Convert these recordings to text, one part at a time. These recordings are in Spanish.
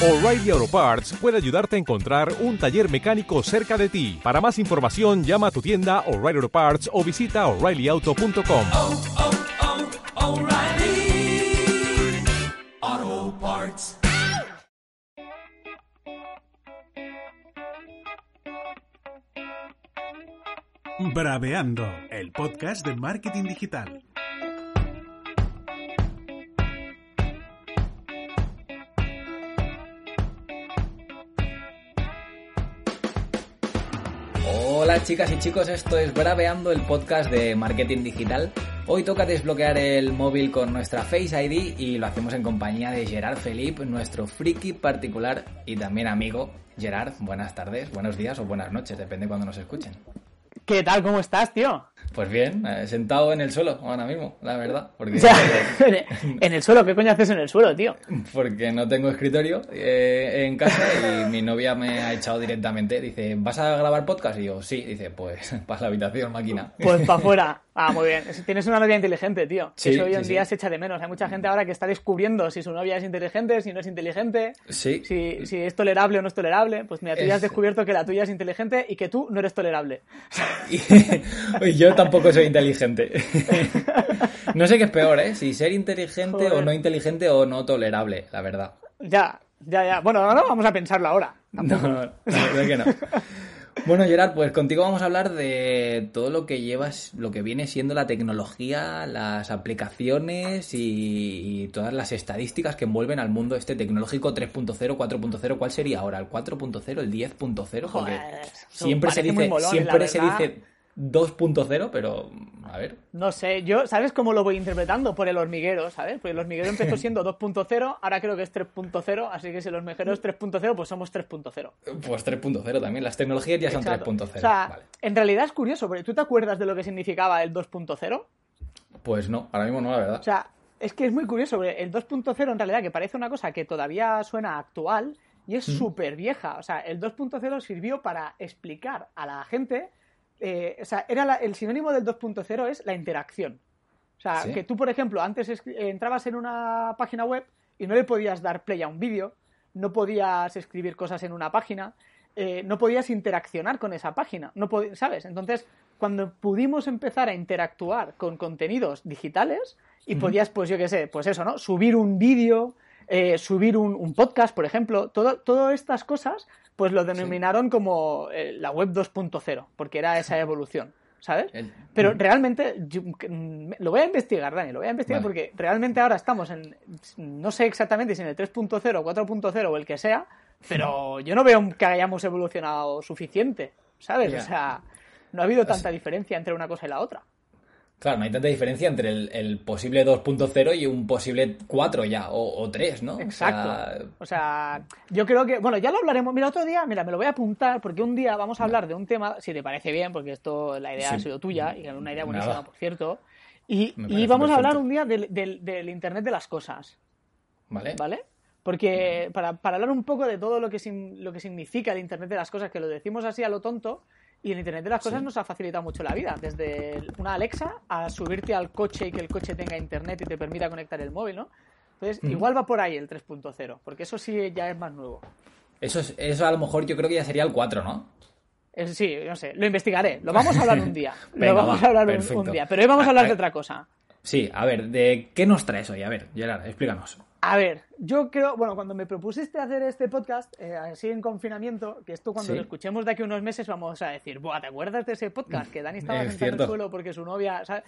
O'Reilly Auto Parts puede ayudarte a encontrar un taller mecánico cerca de ti. Para más información, llama a tu tienda O'Reilly Auto Parts o visita O'ReillyAuto.com. O'Reilly Auto Parts. Braveando, el podcast de marketing digital. Hola chicas y chicos, esto es Braveando, el podcast de marketing digital. Hoy toca desbloquear el móvil con nuestra Face ID y lo hacemos en compañía de Gerard Felip, nuestro friki particular y también amigo. Gerard, buenas tardes, buenos días o buenas noches, depende de cuando nos escuchen. ¿Qué tal? ¿Cómo estás, tío? Pues bien, sentado en el suelo ahora mismo, la verdad. Porque, ¿En el suelo? ¿Qué coño haces en el suelo, tío? Porque no tengo escritorio en casa y mi novia me ha echado directamente. Dice, ¿vas a grabar podcast? Y yo, sí. Dice, pues, para la habitación, máquina. Pues para afuera. Ah, muy bien. Tienes una novia inteligente, tío. Sí, eso hoy en sí, día sí. se echa de menos. Hay mucha gente ahora que está descubriendo si su novia es inteligente, si no es inteligente, Sí. si es tolerable o no es tolerable. Pues mira, tú ya has descubierto que la tuya es inteligente y que tú no eres tolerable. Y yo tampoco soy inteligente. No sé qué es peor, ¿eh? Si ser inteligente Joder. o no inteligente o no tolerable, la verdad. Ya. Bueno, no vamos a pensarlo ahora. No, la verdad que no. Bueno, Gerard, pues contigo vamos a hablar de todo lo que llevas, lo que viene siendo la tecnología, las aplicaciones y todas las estadísticas que envuelven al mundo este tecnológico 3.0, 4.0. ¿Cuál sería ahora? ¿El 4.0? ¿El 10.0? Porque Joder, siempre se parece muy dice, molón, siempre la se verdad. dice 2.0, pero a ver. No sé, yo, ¿sabes cómo lo voy interpretando? Por el hormiguero, ¿sabes? Porque el hormiguero empezó siendo 2.0, ahora creo que es 3.0, así que si el hormiguero es 3.0, pues somos 3.0. Pues 3.0 también, las tecnologías ya son Exacto. 3.0. O sea, Vale. en realidad es curioso, porque ¿tú te acuerdas de lo que significaba el 2.0? Pues no, ahora mismo no, la verdad. O sea, es que es muy curioso, porque el 2.0 en realidad que parece una cosa que todavía suena actual y es súper vieja. O sea, el 2.0 sirvió para explicar a la gente... o sea, el sinónimo del 2.0 es la interacción. O sea, ¿Sí? que tú, por ejemplo, antes entrabas en una página web y no le podías dar play a un vídeo, no podías escribir cosas en una página, no podías interaccionar con esa página, ¿sabes? Entonces, cuando pudimos empezar a interactuar con contenidos digitales y podías, pues yo qué sé, pues eso, ¿no? Subir un vídeo, subir un podcast, por ejemplo, todas estas cosas, pues lo denominaron como la web 2.0, porque era esa evolución, ¿sabes? Pero realmente, lo voy a investigar, Dani, lo voy a investigar Vale. porque realmente ahora estamos no sé exactamente si en el 3.0, 4.0 o el que sea, pero yo no veo que hayamos evolucionado suficiente, ¿sabes? Ya. O sea, no ha habido tanta diferencia entre una cosa y la otra. Claro, no hay tanta diferencia entre el posible 2.0 y un posible 4 ya, o 3, ¿no? Exacto. O sea, yo creo que... Bueno, ya lo hablaremos. Mira, otro día, mira, me lo voy a apuntar porque un día vamos a hablar de un tema, si te parece bien, porque la idea Sí. ha sido tuya, y es una idea buenísima, Nada. por cierto. Me Y parece vamos a hablar perfecto. un día del Internet de las cosas, ¿Vale? ¿vale? Porque para hablar un poco de todo lo que significa el Internet de las cosas, que lo decimos así a lo tonto, y el Internet de las cosas Sí. nos ha facilitado mucho la vida, desde una Alexa a subirte al coche y que el coche tenga Internet y te permita conectar el móvil, ¿no? Entonces, igual va por ahí el 3.0, porque eso sí ya es más nuevo. Eso a lo mejor yo creo que ya sería el 4, ¿no? Sí, no sé, lo investigaré, lo vamos a hablar un día, Venga, lo vamos va, a hablar perfecto. un día, pero hoy vamos a hablar de otra cosa. Sí, a ver, ¿de qué nos traes hoy? A ver, Gerard, explícanos. A ver, yo creo, bueno, cuando me propusiste hacer este podcast, así en confinamiento, que esto cuando Sí. lo escuchemos de aquí a unos meses vamos a decir, buah, ¿te acuerdas de ese podcast? Que Dani estaba Es sentado en cierto. el suelo porque su novia, ¿sabes?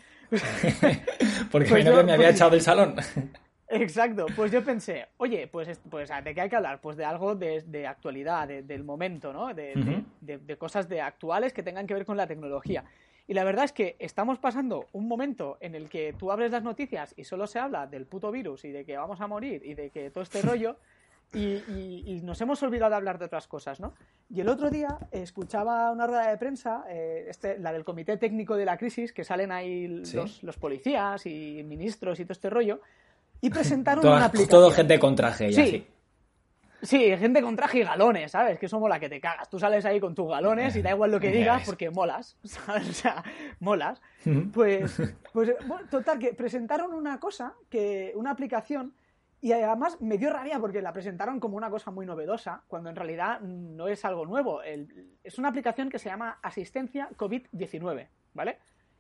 Porque Pues mi novia yo- me había echado del salón. Exacto, pues yo pensé, oye, pues ¿de qué hay que hablar? Pues de algo de actualidad, del momento, ¿no? De cosas actuales que tengan que ver con la tecnología. Y la verdad es que estamos pasando un momento en el que tú abres las noticias y solo se habla del puto virus y de que vamos a morir y de que todo este rollo y nos hemos olvidado de hablar de otras cosas, ¿no? Y el otro día escuchaba una rueda de prensa, la del Comité Técnico de la Crisis, que salen ahí Sí. los policías y ministros y todo este rollo, y presentaron Toda- una aplicación. todo gente con traje ya, Sí. sí. Sí, gente con traje y galones, ¿sabes? Que eso mola que te cagas. Tú sales ahí con tus galones y da igual lo que Ya digas ves. porque molas, ¿sabes? O sea, molas. Ujú. Pues bueno, total, que presentaron una cosa, una aplicación, Y además me dio rabia porque la presentaron como una cosa muy novedosa, cuando en realidad no es algo nuevo. Es una aplicación que se llama Asistencia COVID-19, ¿vale?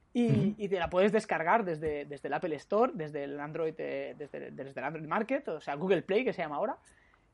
Y te la puedes descargar desde el Apple Store, desde el Android, desde el Android Market, o sea, Google Play, que se llama ahora.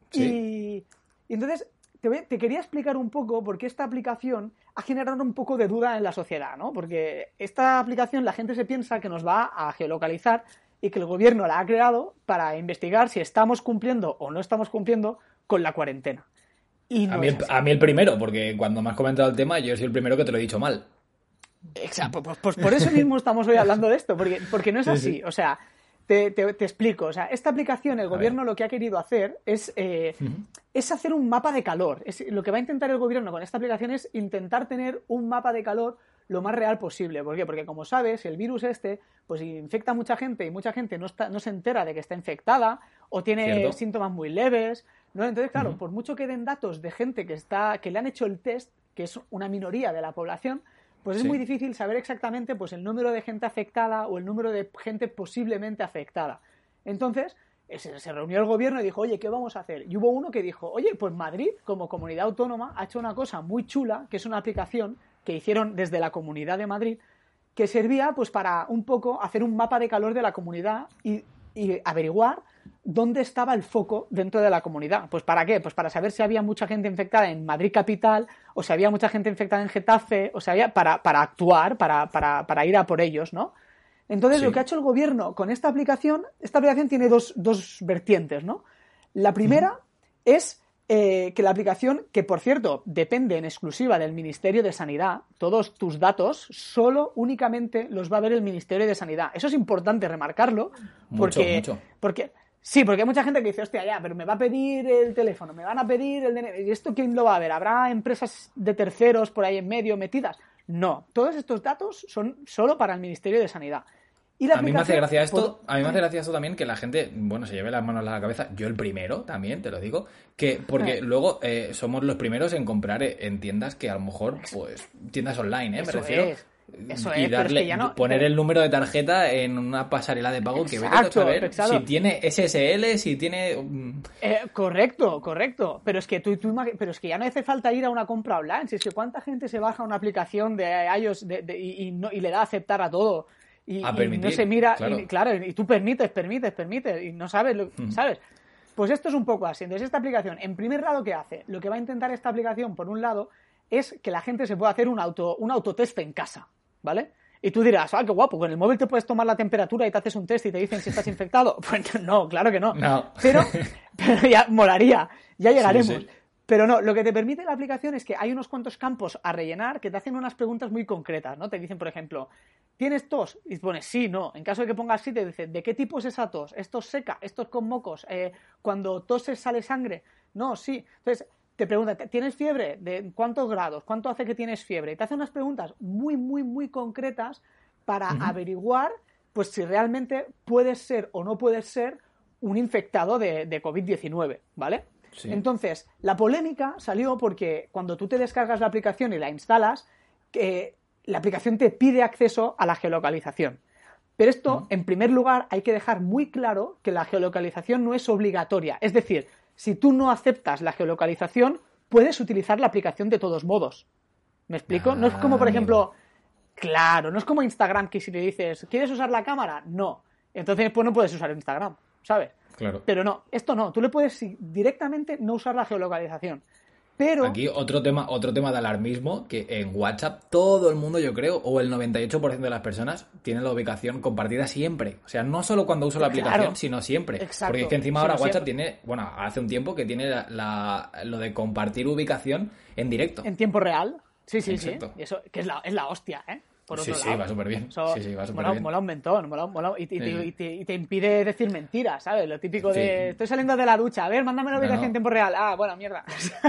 Sí. Y entonces te quería explicar un poco por qué esta aplicación ha generado un poco de duda en la sociedad, ¿no? Porque esta aplicación la gente se piensa que nos va a geolocalizar y que el gobierno la ha creado para investigar si estamos cumpliendo o no estamos cumpliendo con la cuarentena. Y no es así. A mí el primero, porque cuando me has comentado el tema, yo soy el primero que te lo he dicho mal. Exacto, pues por eso mismo estamos hoy hablando de esto, porque no es así. Sí. O sea, te explico. O sea, esta aplicación, el gobierno lo que ha querido hacer es hacer un mapa de calor. Lo que va a intentar el gobierno con esta aplicación es intentar tener un mapa de calor lo más real posible. ¿Por qué? Porque, como sabes, el virus pues infecta a mucha gente y mucha gente no se entera de que está infectada o tiene síntomas muy leves, ¿no? Entonces, claro, por mucho que den datos de gente que le han hecho el test, que es una minoría de la población, pues es muy difícil saber exactamente pues el número de gente afectada o el número de gente posiblemente afectada. Entonces, se reunió el gobierno y dijo, oye, ¿qué vamos a hacer? Y hubo uno que dijo, oye, pues Madrid, como comunidad autónoma, ha hecho una cosa muy chula, que es una aplicación que hicieron desde la Comunidad de Madrid, que servía pues para un poco hacer un mapa de calor de la comunidad y averiguar dónde estaba el foco dentro de la comunidad. ¿Pues para qué? Pues para saber si había mucha gente infectada en Madrid capital, o si había mucha gente infectada en Getafe, o si había para actuar, para ir a por ellos, ¿no? Entonces, lo que ha hecho el gobierno con esta aplicación tiene dos vertientes, ¿no? La primera es que la aplicación, que por cierto depende en exclusiva del Ministerio de Sanidad, todos tus datos únicamente los va a ver el Ministerio de Sanidad. Eso es importante remarcarlo, porque hay mucha gente que dice, hostia, ya, pero me va a pedir el teléfono, me van a pedir el DNI, ¿y esto quién lo va a ver? ¿Habrá empresas de terceros por ahí en medio metidas? No, todos estos datos son solo para el Ministerio de Sanidad. A mí me hace gracia esto, también, que la gente, bueno, se lleve las manos a la cabeza, yo el primero también, te lo digo, porque luego somos los primeros en comprar en tiendas que a lo mejor, pues, tiendas online, me refiero. Eso y es, darle, pero es que ya no, poner el número de tarjeta en una pasarela de pago que vete a saber si tiene SSL, si tiene... Correcto. Pero es que pero es que ya no hace falta ir a una compra online. Si es que cuánta gente se baja una aplicación de iOS y le da a aceptar a todo. Y no se mira, claro. Y tú permites, y no sabes, ¿sabes? Pues esto es un poco así. Entonces, esta aplicación, en primer lado, ¿qué hace? Lo que va a intentar esta aplicación, por un lado, es que la gente se pueda hacer un autotest en casa, ¿vale? Y tú dirás, qué guapo, con el móvil te puedes tomar la temperatura y te haces un test y te dicen si estás infectado. Pues no, claro que no. Pero ya molaría, ya llegaremos. Sí. Pero no, lo que te permite la aplicación es que hay unos cuantos campos a rellenar que te hacen unas preguntas muy concretas, ¿no? Te dicen, por ejemplo, ¿tienes tos? Y pones sí, no. En caso de que pongas sí, te dicen, ¿de qué tipo es esa tos? ¿Esto es seca? ¿Esto es con mocos? ¿Cuando toses sale sangre? No, sí. Entonces, te pregunta, ¿tienes fiebre? ¿De cuántos grados? ¿Cuánto hace que tienes fiebre? Y te hace unas preguntas muy, muy, muy concretas para averiguar pues si realmente puedes ser o no puedes ser un infectado de COVID-19, ¿vale? Sí. Entonces, la polémica salió porque cuando tú te descargas la aplicación y la instalas, la aplicación te pide acceso a la geolocalización. Pero esto, en primer lugar, hay que dejar muy claro que la geolocalización no es obligatoria. Es decir, si tú no aceptas la geolocalización, puedes utilizar la aplicación de todos modos. ¿Me explico? No es como, por ejemplo, no es como Instagram, que si le dices, ¿quieres usar la cámara? No. Entonces, pues no puedes usar Instagram, ¿sabes? Claro. Pero no, esto no. Tú le puedes directamente no usar la geolocalización. Pero... Aquí otro tema de alarmismo, que en WhatsApp todo el mundo, yo creo, o el 98% de las personas tienen la ubicación compartida siempre. O sea, no solo cuando uso la aplicación, sino siempre. Exacto. Porque es que encima ahora WhatsApp tiene, bueno, hace un tiempo que tiene lo de compartir ubicación en directo. En tiempo real. Sí. Exacto. Y eso, que es la hostia, ¿eh? Sí, va súper bien. Va súper bien. Mola un montón, mola. Y te impide decir mentiras, ¿sabes? Lo típico de, estoy saliendo de la ducha, a ver, mándame la ubicación en tiempo real. Bueno, mierda.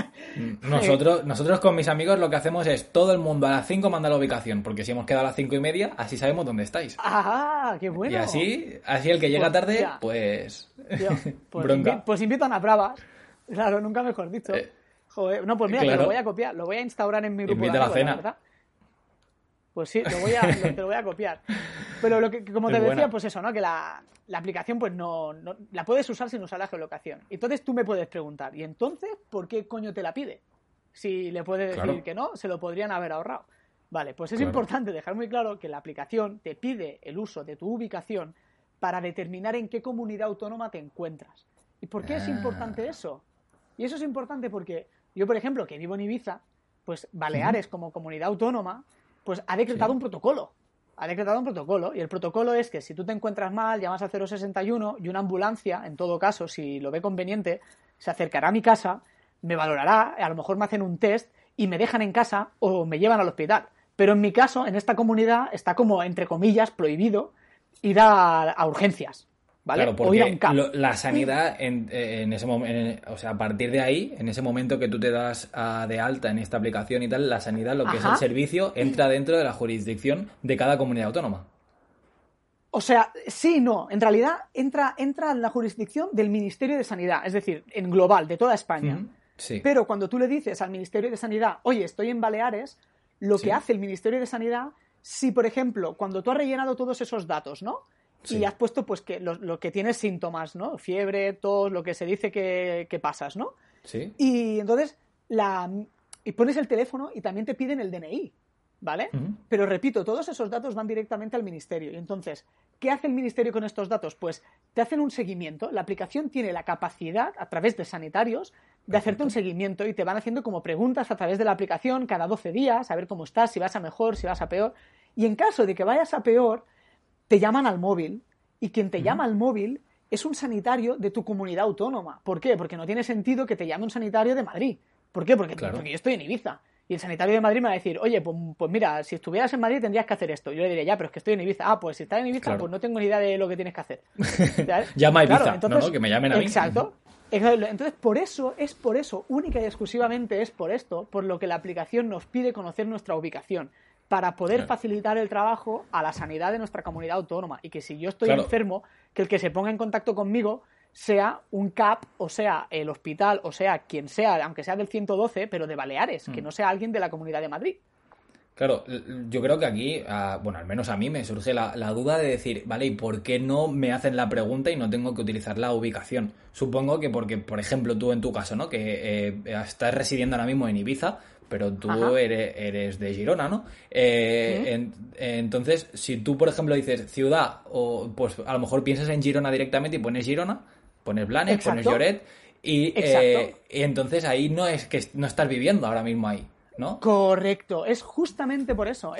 Nosotros con mis amigos lo que hacemos es, todo el mundo a las 5 manda la ubicación, porque si hemos quedado a las 5:30, así sabemos dónde estáis. ¡Qué bueno! Y así el que llega tarde, pues bronca. Pues invitan a bravas. Claro, nunca mejor dicho. Joder, no, pues mira, que lo voy a copiar, lo voy a instaurar en mi grupo. Invita a la cena. ¿verdad? Pues sí, te lo voy a copiar. Pero como te Es decía, buena. pues eso, ¿no? Que la aplicación pues no la puedes usar sin usar la geolocación. Entonces tú me puedes preguntar, ¿y entonces por qué coño te la pide? Si le puedes decir Claro. que no, se lo podrían haber ahorrado. Vale, pues es Claro. importante dejar muy claro que la aplicación te pide el uso de tu ubicación para determinar en qué comunidad autónoma te encuentras. ¿Y por qué es importante eso? Y eso es importante porque yo, por ejemplo, que vivo en Ibiza, pues Baleares como comunidad autónoma, pues ha decretado Sí. un protocolo. Ha decretado un protocolo, y el protocolo es que si tú te encuentras mal, llamas al 061 y una ambulancia, en todo caso, si lo ve conveniente, se acercará a mi casa, me valorará, a lo mejor me hacen un test y me dejan en casa o me llevan al hospital. Pero en mi caso, en esta comunidad, está como, entre comillas, prohibido ir a urgencias, ¿vale? Claro, O ir a un porque CAP. la sanidad, en ese momento, o sea, a partir de ahí, en ese momento que tú te das de alta en esta aplicación y tal, la sanidad, lo que es Ajá. el servicio, entra dentro de la jurisdicción de cada comunidad autónoma. O sea, sí y no. En realidad entra en la jurisdicción del Ministerio de Sanidad, es decir, en global, de toda España. Ujú. Sí. Pero cuando tú le dices al Ministerio de Sanidad, oye, estoy en Baleares, lo Sí. que hace el Ministerio de Sanidad, si por ejemplo, cuando tú has rellenado todos esos datos, ¿no? Sí. Y has puesto pues que lo que tienes síntomas, ¿no? Fiebre, tos, lo que se dice que pasas, ¿no? Sí. Y entonces y pones el teléfono y también te piden el DNI, ¿vale? Ujú. Pero repito, todos esos datos van directamente al ministerio. Y entonces, ¿qué hace el ministerio con estos datos? Pues te hacen un seguimiento. La aplicación tiene la capacidad, a través de sanitarios, de hacerte un seguimiento y te van haciendo como preguntas a través de la aplicación cada 12 días, a ver cómo estás, si vas a mejor, si vas a peor. Y en caso de que vayas a peor, te llaman al móvil. Y quien te llama al móvil es un sanitario de tu comunidad autónoma. ¿Por qué? Porque no tiene sentido que te llame un sanitario de Madrid. ¿Por qué? Porque Claro. yo estoy en Ibiza. Y el sanitario de Madrid me va a decir, oye, pues mira, si estuvieras en Madrid tendrías que hacer esto. Yo le diré, ya, pero es que estoy en Ibiza. Ah, pues si estás en Ibiza, Claro. pues no tengo ni idea de lo que tienes que hacer. ¿Sabes? Llama a Ibiza. Claro, No, que me llamen a mí. Exacto. Entonces, por eso, única y exclusivamente es por esto, por lo que la aplicación nos pide conocer nuestra ubicación, para poder Claro. facilitar el trabajo a la sanidad de nuestra comunidad autónoma. Y que si yo estoy Claro. enfermo, que el que se ponga en contacto conmigo sea un CAP, o sea, el hospital, o sea, quien sea, aunque sea del 112, pero de Baleares, que no sea alguien de la Comunidad de Madrid. Claro, yo creo que aquí, bueno, al menos a mí me surge la duda de decir, vale, ¿y por qué no me hacen la pregunta y no tengo que utilizar la ubicación? Supongo que porque, por ejemplo, tú en tu caso, ¿no? Que estás residiendo ahora mismo en Ibiza, pero tú Ajá. eres de Girona, ¿no? Entonces, si tú, por ejemplo, dices ciudad, o pues a lo mejor piensas en Girona directamente y pones Girona, pones Blanes, Exacto. pones Lloret, y Exacto. entonces ahí no es que no estás viviendo ahora mismo ahí, ¿no? Correcto, es justamente por eso,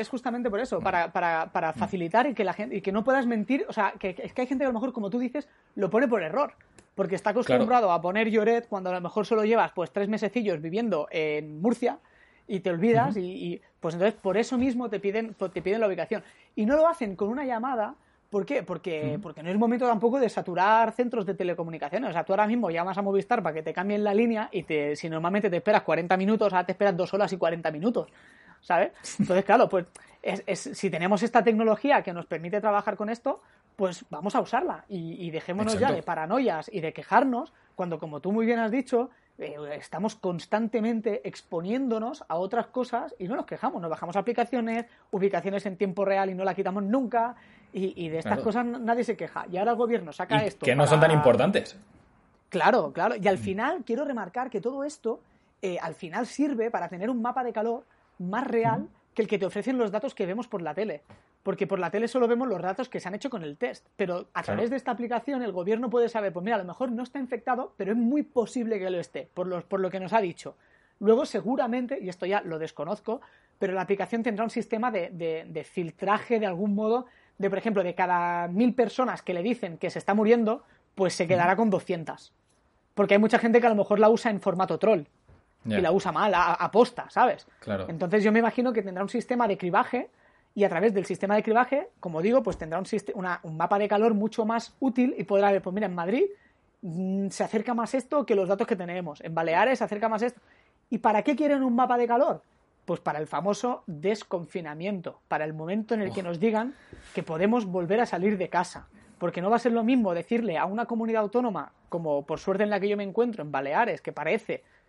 para facilitar y que la gente, y que no puedas mentir, o sea, que es que hay gente que a lo mejor, como tú dices, lo pone por error, porque está acostumbrado a poner Lloret cuando a lo mejor solo llevas pues 3 mesecillos viviendo en Murcia y te olvidas y pues entonces por eso mismo te piden la ubicación. Y no lo hacen con una llamada. ¿Por qué? Porque no es momento tampoco de saturar centros de telecomunicaciones. O sea, tú ahora mismo llamas a Movistar para que te cambien la línea y si normalmente te esperas 40 minutos, ahora te esperas 2 horas y 40 minutos, ¿sabes? Entonces, claro, pues si tenemos esta tecnología que nos permite trabajar con esto, pues vamos a usarla y dejémonos Exacto. ya de paranoias y de quejarnos cuando, como tú muy bien has dicho, estamos constantemente exponiéndonos a otras cosas y no nos quejamos, nos bajamos aplicaciones, ubicaciones en tiempo real y no la quitamos nunca y de estas Claro. cosas nadie se queja. Y ahora el gobierno saca Y esto que no son tan para- importantes. Claro, claro. Y al final quiero remarcar que todo esto al final sirve para tener un mapa de calor más real que el que te ofrecen los datos que vemos por la tele. Porque por la tele solo vemos los datos que se han hecho con el test. Pero a través de esta aplicación el gobierno puede saber, pues mira, a lo mejor no está infectado, pero es muy posible que lo esté, por lo que nos ha dicho. Luego seguramente, y esto ya lo desconozco, pero la aplicación tendrá un sistema de filtraje de algún modo, de por ejemplo, de cada 1000 personas que le dicen que se está muriendo, pues se quedará con 200. Porque hay mucha gente que a lo mejor la usa en formato troll. Ya. Y la usa mal, a posta, ¿sabes? Claro. Entonces yo me imagino que tendrá un sistema de cribaje y a través del sistema de cribaje, como digo, pues tendrá un mapa de calor mucho más útil y podrá ver, pues mira, en Madrid se acerca más esto que los datos que tenemos. En Baleares se acerca más esto. ¿Y para qué quieren un mapa de calor? Pues para el famoso desconfinamiento, para el momento en el que nos digan que podemos volver a salir de casa. Porque no va a ser lo mismo decirle a una comunidad autónoma, como por suerte en la que yo me encuentro, en Baleares, que parece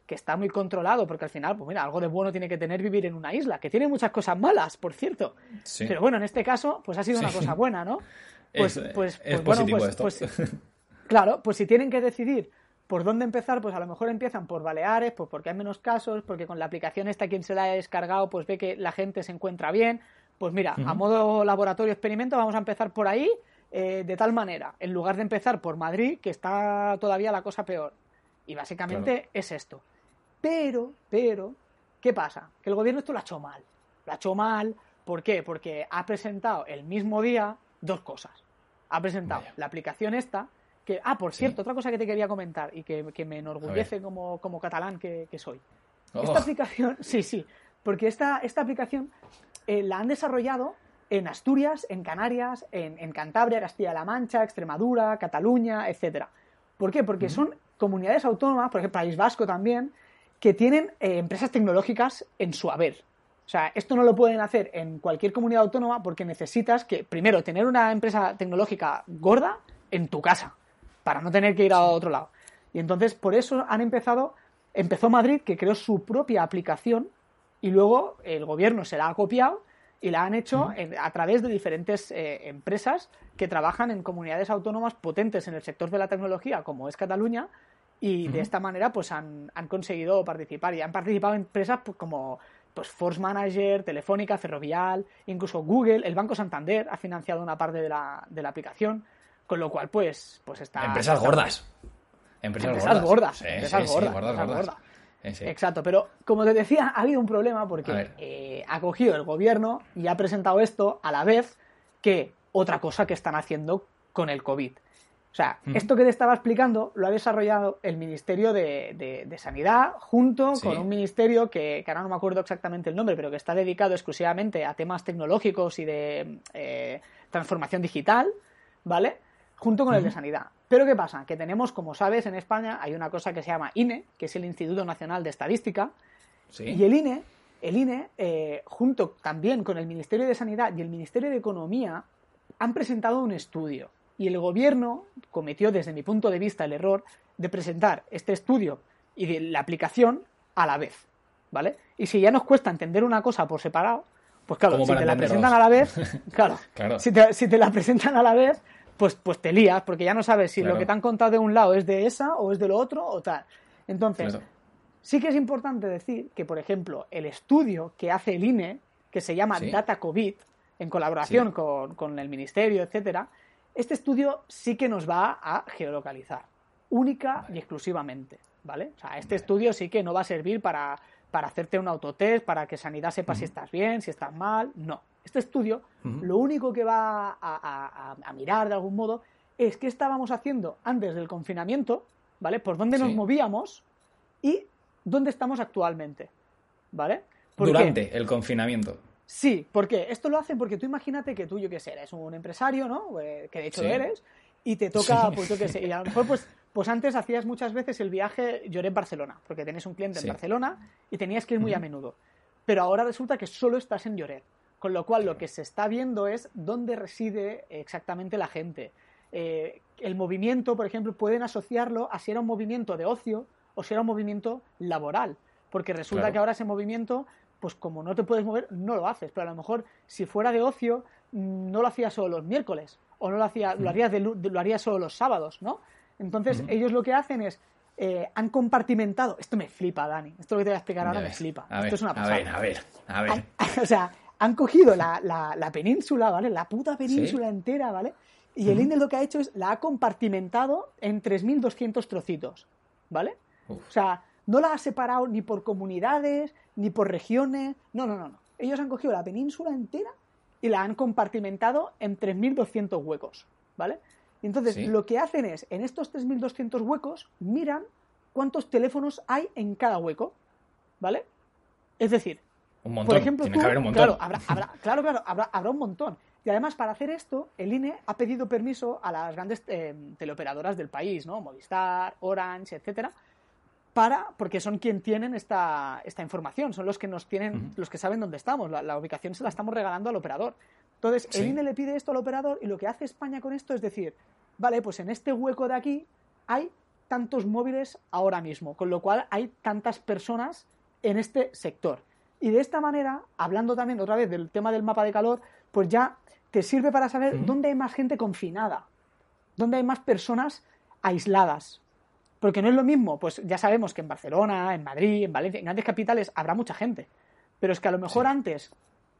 que está muy controlado, porque al final, pues mira, algo de bueno tiene que tener vivir en una isla, que tiene muchas cosas malas, por cierto. Sí. Pero bueno, en este caso, pues ha sido una cosa buena, ¿no? Es positivo esto. Claro, pues si tienen que decidir por dónde empezar, pues a lo mejor empiezan por Baleares, pues porque hay menos casos, porque con la aplicación esta quien se la ha descargado, pues ve que la gente se encuentra bien. Pues mira, a modo laboratorio experimento vamos a empezar por ahí, de tal manera, en lugar de empezar por Madrid, que está todavía la cosa peor. Y básicamente es esto. Pero, ¿qué pasa? Que el gobierno esto lo ha hecho mal. Lo ha hecho mal, ¿por qué? Porque ha presentado el mismo día dos cosas. Ha presentado la aplicación esta, que, por cierto, otra cosa que te quería comentar y que me enorgullece como catalán que soy. Esta aplicación, sí, porque esta aplicación la han desarrollado en Asturias, en Canarias, en Cantabria, Castilla-La Mancha, Extremadura, Cataluña, etcétera. ¿Por qué? Porque son comunidades autónomas, por ejemplo, País Vasco también, que tienen empresas tecnológicas en su haber. O sea, esto no lo pueden hacer en cualquier comunidad autónoma porque necesitas que, primero, tener una empresa tecnológica gorda en tu casa, para no tener que ir a otro lado. Y entonces, por eso empezó Madrid, que creó su propia aplicación, y luego el gobierno se la ha copiado y la han hecho a través de diferentes empresas que trabajan en comunidades autónomas potentes en el sector de la tecnología, como es Cataluña, y de esta manera pues han conseguido participar. Y han participado empresas pues, como Force Manager, Telefónica, Ferrovial, incluso Google, el Banco Santander ha financiado una parte de la aplicación, con lo cual pues está... Empresas gordas. Empresas gordas. Sí, gordas. Sí. Exacto, pero como te decía, ha habido un problema porque ha cogido el gobierno y ha presentado esto a la vez que otra cosa que están haciendo con el COVID. O sea, esto que te estaba explicando lo ha desarrollado el Ministerio de Sanidad junto con un ministerio que ahora no me acuerdo exactamente el nombre, pero que está dedicado exclusivamente a temas tecnológicos y de transformación digital, ¿vale? Junto con el de Sanidad. Pero ¿qué pasa? Que tenemos, como sabes, en España hay una cosa que se llama INE, que es el Instituto Nacional de Estadística, y el INE, junto también con el Ministerio de Sanidad y el Ministerio de Economía, han presentado un estudio. Y el gobierno cometió, desde mi punto de vista, el error de presentar este estudio y de la aplicación a la vez, ¿vale? Y si ya nos cuesta entender una cosa por separado, pues claro, si te la presentan a la vez, claro. Si te la presentan a la vez, pues te lías, porque ya no sabes si lo que te han contado de un lado es de esa o es de lo otro o tal. Entonces, sí que es importante decir que, por ejemplo, el estudio que hace el INE, que se llama Data COVID, en colaboración con el Ministerio, etcétera, este estudio sí que nos va a geolocalizar, única y exclusivamente, ¿vale? O sea, este estudio sí que no va a servir para hacerte un autotest, para que Sanidad sepa si estás bien, si estás mal, no. Este estudio lo único que va a mirar de algún modo es qué estábamos haciendo antes del confinamiento, ¿vale? Por dónde nos movíamos y dónde estamos actualmente, ¿vale? Durante el confinamiento. Sí, ¿por qué? Esto lo hacen porque tú imagínate que tú, yo qué sé, eres un empresario, ¿no? Que de hecho eres, y te toca, pues yo qué sé, y a lo mejor pues antes hacías muchas veces el viaje Lloret-Barcelona, porque tenés un cliente en Barcelona y tenías que ir muy a menudo. Pero ahora resulta que solo estás en Lloret, con lo cual lo que se está viendo es dónde reside exactamente la gente. El movimiento, por ejemplo, pueden asociarlo a si era un movimiento de ocio o si era un movimiento laboral, porque resulta que ahora ese movimiento, pues como no te puedes mover, no lo haces, pero a lo mejor si fuera de ocio no lo hacías solo los miércoles o no lo harías solo los sábados, ¿no? Entonces ellos lo que hacen es han compartimentado, esto me flipa, Dani, esto lo que te voy a explicar ahora me flipa, esto es una pasada. A ver. O sea, han cogido la península, ¿vale? La puta península entera, ¿vale? Y el INE lo que ha hecho es la ha compartimentado en 3.200 trocitos, ¿vale? O sea, no la ha separado ni por comunidades, ni por regiones, no. Ellos han cogido la península entera y la han compartimentado en 3.200 huecos, ¿vale? Y entonces lo que hacen es, en estos 3.200 huecos, miran cuántos teléfonos hay en cada hueco, ¿vale? Es decir, un montón. Por ejemplo, Tiene que haber un montón. Claro, habrá un montón. Y además, para hacer esto, el INE ha pedido permiso a las grandes teleoperadoras del país, ¿no? Movistar, Orange, etcétera, porque son quien tienen esta información, son los que nos tienen, los que saben dónde estamos, la ubicación se la estamos regalando al operador. Entonces, el INE le pide esto al operador y lo que hace España con esto es decir, vale, pues en este hueco de aquí hay tantos móviles ahora mismo, con lo cual hay tantas personas en este sector. Y de esta manera, hablando también otra vez del tema del mapa de calor, pues ya te sirve para saber dónde hay más gente confinada, dónde hay más personas aisladas. Porque no es lo mismo, pues ya sabemos que en Barcelona, en Madrid, en Valencia, en grandes capitales habrá mucha gente. Pero es que a lo mejor antes,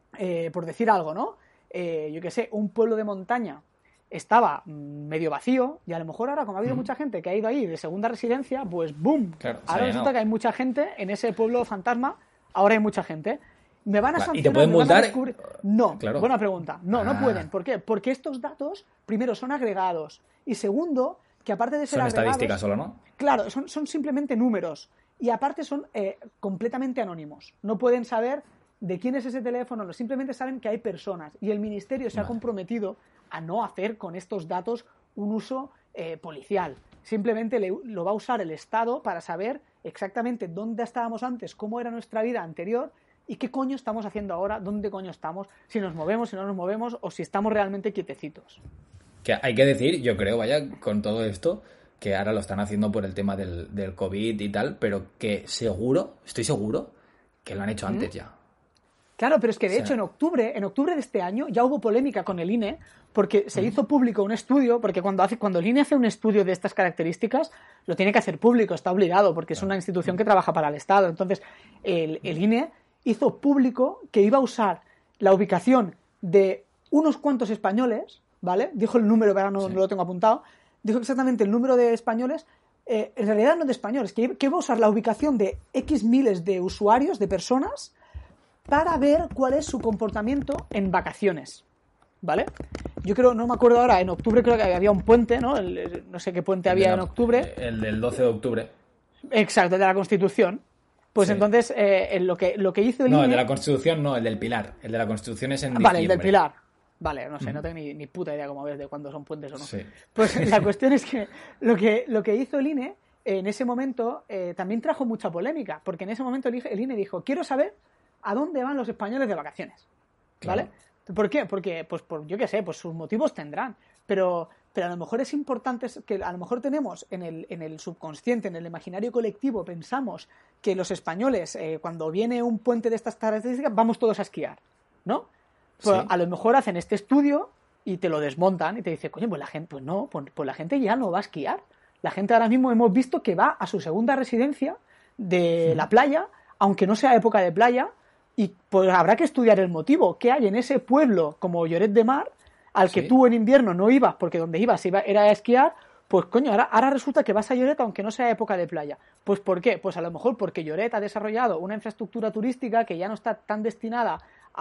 por decir algo, ¿no? Yo qué sé, un pueblo de montaña estaba medio vacío y a lo mejor ahora, como ha habido mucha gente que ha ido ahí de segunda residencia, pues ¡boom! Claro, ahora resulta que hay mucha gente en ese pueblo fantasma, ahora hay mucha gente. ¿Me van a sancionar? ¿Y te pueden ¿Me van a multar? descubrir? No, Claro. buena pregunta. No pueden. ¿Por qué? Porque estos datos, primero, son agregados y segundo, que aparte de ser Son agregados... estadísticas solo, ¿no? Claro, son simplemente números y aparte son completamente anónimos. No pueden saber de quién es ese teléfono, simplemente saben que hay personas y el ministerio se ha comprometido a no hacer con estos datos un uso policial. Simplemente lo va a usar el Estado para saber exactamente dónde estábamos antes, cómo era nuestra vida anterior y qué coño estamos haciendo ahora, dónde coño estamos, si nos movemos, si no nos movemos o si estamos realmente quietecitos. Que hay que decir, yo creo, vaya, con todo esto, que ahora lo están haciendo por el tema del COVID y tal, pero que estoy seguro, que lo han hecho antes ya. Claro, pero es que de hecho en octubre de este año ya hubo polémica con el INE porque se hizo público un estudio, porque cuando el INE hace un estudio de estas características, lo tiene que hacer público, está obligado, porque es una institución que trabaja para el Estado. Entonces, el INE hizo público que iba a usar la ubicación de unos cuantos españoles, ¿vale? Dijo el número, pero ahora no lo tengo apuntado, dijo exactamente el número de españoles, en realidad no de españoles, que iba a usar la ubicación de X miles de usuarios, de personas, para ver cuál es su comportamiento en vacaciones, ¿vale? Yo creo, no me acuerdo ahora, en octubre creo que había un puente, ¿no? No sé qué puente había en octubre. El del 12 de octubre. Exacto, el de la Constitución. Pues Sí. entonces, lo que hizo el INE... No, el de la Constitución no, el del Pilar. El de la Constitución es en Vale, el del diciembre. Pilar. Vale, no sé, no tengo ni puta idea, como ves, de cuándo son puentes o no. Sí. Pues la cuestión es que lo que hizo el INE, en ese momento, también trajo mucha polémica, porque en ese momento el INE dijo, quiero saber a dónde van los españoles de vacaciones, ¿vale? Claro. ¿Por qué? Porque, pues yo qué sé, pues sus motivos tendrán, pero a lo mejor es importante que a lo mejor tenemos en el subconsciente, en el imaginario colectivo, pensamos que los españoles, cuando viene un puente de estas características, vamos todos a esquiar, ¿no? Pues Sí. a lo mejor hacen este estudio y te lo desmontan y te dicen, coño, pues la gente, pues no, pues la gente ya no va a esquiar. La gente ahora mismo hemos visto que va a su segunda residencia de la playa, aunque no sea época de playa, y pues habrá que estudiar el motivo. ¿Qué hay en ese pueblo como Lloret de Mar al que Sí. tú en invierno no ibas porque donde ibas era a esquiar? Pues coño, ahora resulta que vas a Lloret aunque no sea época de playa. Pues ¿por qué? Pues a lo mejor porque Lloret ha desarrollado una infraestructura turística que ya no está tan destinada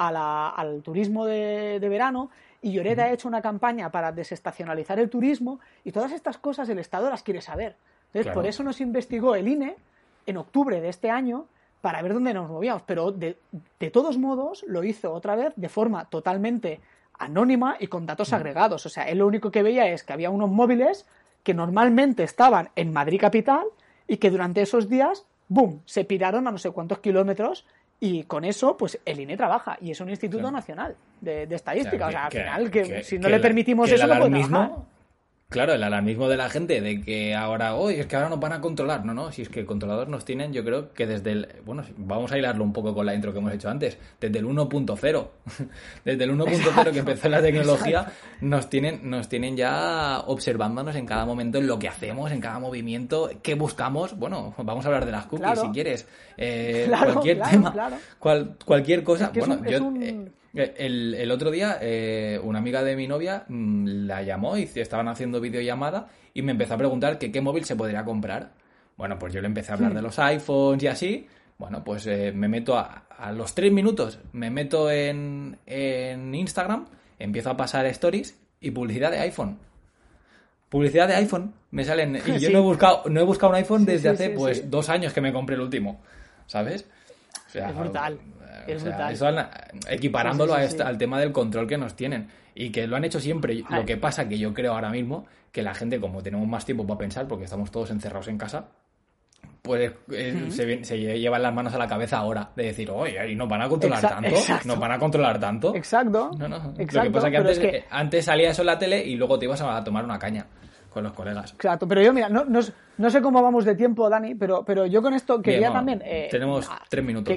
al turismo de verano y Lloret ha hecho una campaña para desestacionalizar el turismo y todas estas cosas el Estado las quiere saber. Entonces, Claro. por eso nos investigó el INE en octubre de este año para ver dónde nos movíamos, pero de todos modos lo hizo otra vez de forma totalmente anónima y con datos agregados. O sea, él lo único que veía es que había unos móviles que normalmente estaban en Madrid capital y que durante esos días, ¡boom!, se piraron a no sé cuántos kilómetros y con eso, pues el INE trabaja y es un instituto Claro. nacional de estadística. O sea, al final, que si no que le permitimos que eso, el no puede alarmismo, trabajar. claro, el alarmismo de la gente de que ahora, es que ahora nos van a controlar. No, si es que controladores nos tienen, yo creo que desde el... Bueno, vamos a hilarlo un poco con la intro que hemos hecho antes. Desde el 1.0. Desde el 1.0 que empezó la tecnología, nos tienen ya observándonos en cada momento, en lo que hacemos, en cada movimiento, qué buscamos. Bueno, vamos a hablar de las cookies Claro. si quieres. Claro, Cualquier claro, tema, claro. cualquier cosa. Es que Bueno, es yo... un- El otro día, una amiga de mi novia la llamó y estaban haciendo videollamada y me empezó a preguntar que qué móvil se podría comprar. Bueno, pues yo le empecé a hablar de los iPhones y así. Bueno, pues me meto a los 3 minutos, me meto en Instagram, empiezo a pasar stories y publicidad de iPhone. Publicidad de iPhone. Me salen. Y yo Sí. no he buscado un iPhone desde hace sí, pues sí. 2 años que me compré el último. ¿Sabes? O sea, Es brutal. Es brutal. Eso equiparándolo Sí, sí, sí. al tema del control que nos tienen. Y que lo han hecho siempre. Ay. Lo que pasa que yo creo ahora mismo que la gente, como tenemos más tiempo para pensar, porque estamos todos encerrados en casa, pues se llevan las manos a la cabeza ahora de decir, oye, ¿y nos van a controlar tanto? Exacto. ¿Nos van a controlar tanto? Exacto. No. Lo Exacto, que pasa es que pero antes salía eso en la tele y luego te ibas a tomar una caña. los colegas. Exacto, pero yo, mira, no sé cómo vamos de tiempo, Dani, pero yo con esto quería Bien, también... tenemos 3 minutos.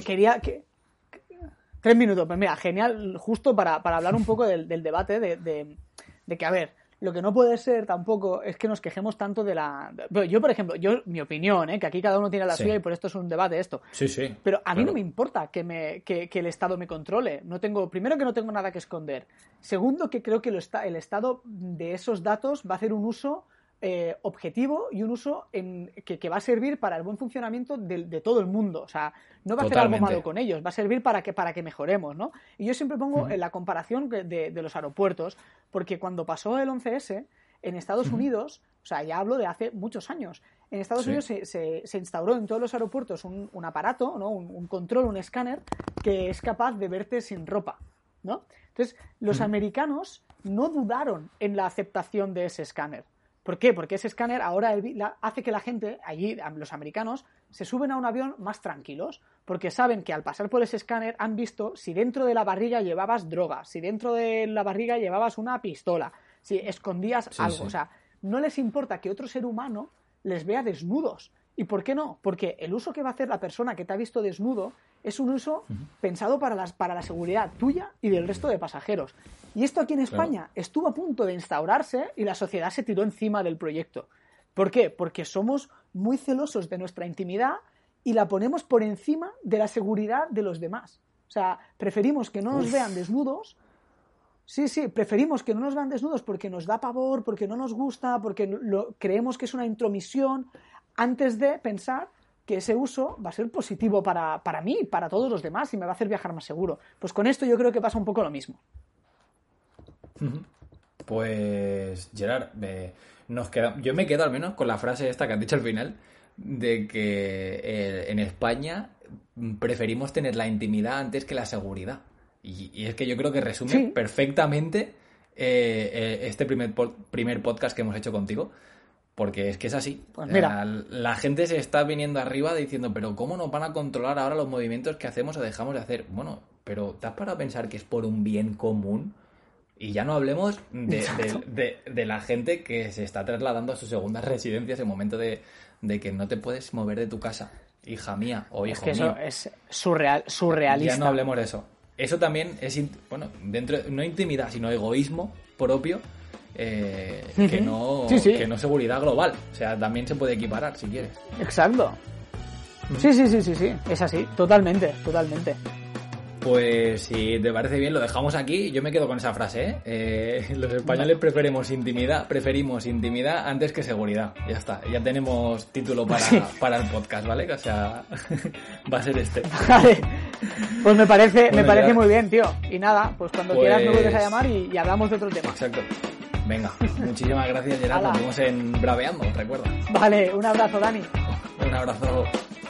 3 minutos, pues mira, genial, justo para hablar un poco del debate de que, a ver, lo que no puede ser tampoco es que nos quejemos tanto de la... Yo, por ejemplo, mi opinión, que aquí cada uno tiene la suya y por esto es un debate esto. Sí. Pero a mí no me importa que el Estado me controle. Primero, que no tengo nada que esconder. Segundo, que creo que el Estado de esos datos va a hacer un uso objetivo y un uso que va a servir para el buen funcionamiento de todo el mundo. O sea, no va a hacer algo malo con ellos, va a servir para que mejoremos, ¿no? Y yo siempre pongo la comparación de los aeropuertos, porque cuando pasó el 11S, en Estados Unidos, o sea, ya hablo de hace muchos años, en Estados Unidos se instauró en todos los aeropuertos un aparato, ¿no? Un control, un escáner, que es capaz de verte sin ropa, ¿no? Entonces, los americanos no dudaron en la aceptación de ese escáner. ¿Por qué? Porque ese escáner ahora hace que la gente, allí, los americanos, se suben a un avión más tranquilos, porque saben que al pasar por ese escáner han visto si dentro de la barriga llevabas droga, si dentro de la barriga llevabas una pistola, si escondías algo. Sí. O sea, no les importa que otro ser humano les vea desnudos. ¿Y por qué no? Porque el uso que va a hacer la persona que te ha visto desnudo es un uso pensado para la seguridad tuya y del resto de pasajeros. Y esto aquí en España estuvo a punto de instaurarse y la sociedad se tiró encima del proyecto. ¿Por qué? Porque somos muy celosos de nuestra intimidad y la ponemos por encima de la seguridad de los demás. O sea, preferimos que no nos vean desnudos. Sí, preferimos que no nos vean desnudos porque nos da pavor, porque no nos gusta, porque creemos que es una intromisión, antes de pensar que ese uso va a ser positivo para mí, para todos los demás y me va a hacer viajar más seguro. Pues con esto yo creo que pasa un poco lo mismo. Pues, Gerard, yo me quedo al menos con la frase esta que has dicho al final, de que en España preferimos tener la intimidad antes que la seguridad. Y es que yo creo que resume perfectamente este primer podcast que hemos hecho contigo. Porque es que es así. Pues mira. La gente se está viniendo arriba diciendo, pero ¿cómo nos van a controlar ahora los movimientos que hacemos o dejamos de hacer? Bueno, pero ¿te has parado a pensar que es por un bien común? Y ya no hablemos de la gente que se está trasladando a sus segundas residencias en el momento de que no te puedes mover de tu casa. Hija mía o hijo mío. Es que eso es surrealista. Ya no hablemos de eso. Eso también es, no intimidad, sino egoísmo propio. Que no seguridad global. O sea, también se puede equiparar si quieres. Exacto. Sí. Es así, totalmente. Pues si te parece bien, lo dejamos aquí. Yo me quedo con esa frase, los españoles preferimos intimidad antes que seguridad. Ya está, ya tenemos título para el podcast, ¿vale? O sea, va a ser este. Vale. Pues me parece muy bien, tío. Y nada, pues cuando quieras me vuelves a llamar y hablamos de otro tema. Exacto. Venga, muchísimas gracias, Gerard. Nos vemos en Braveando, recuerda. Vale, un abrazo, Dani. Un abrazo.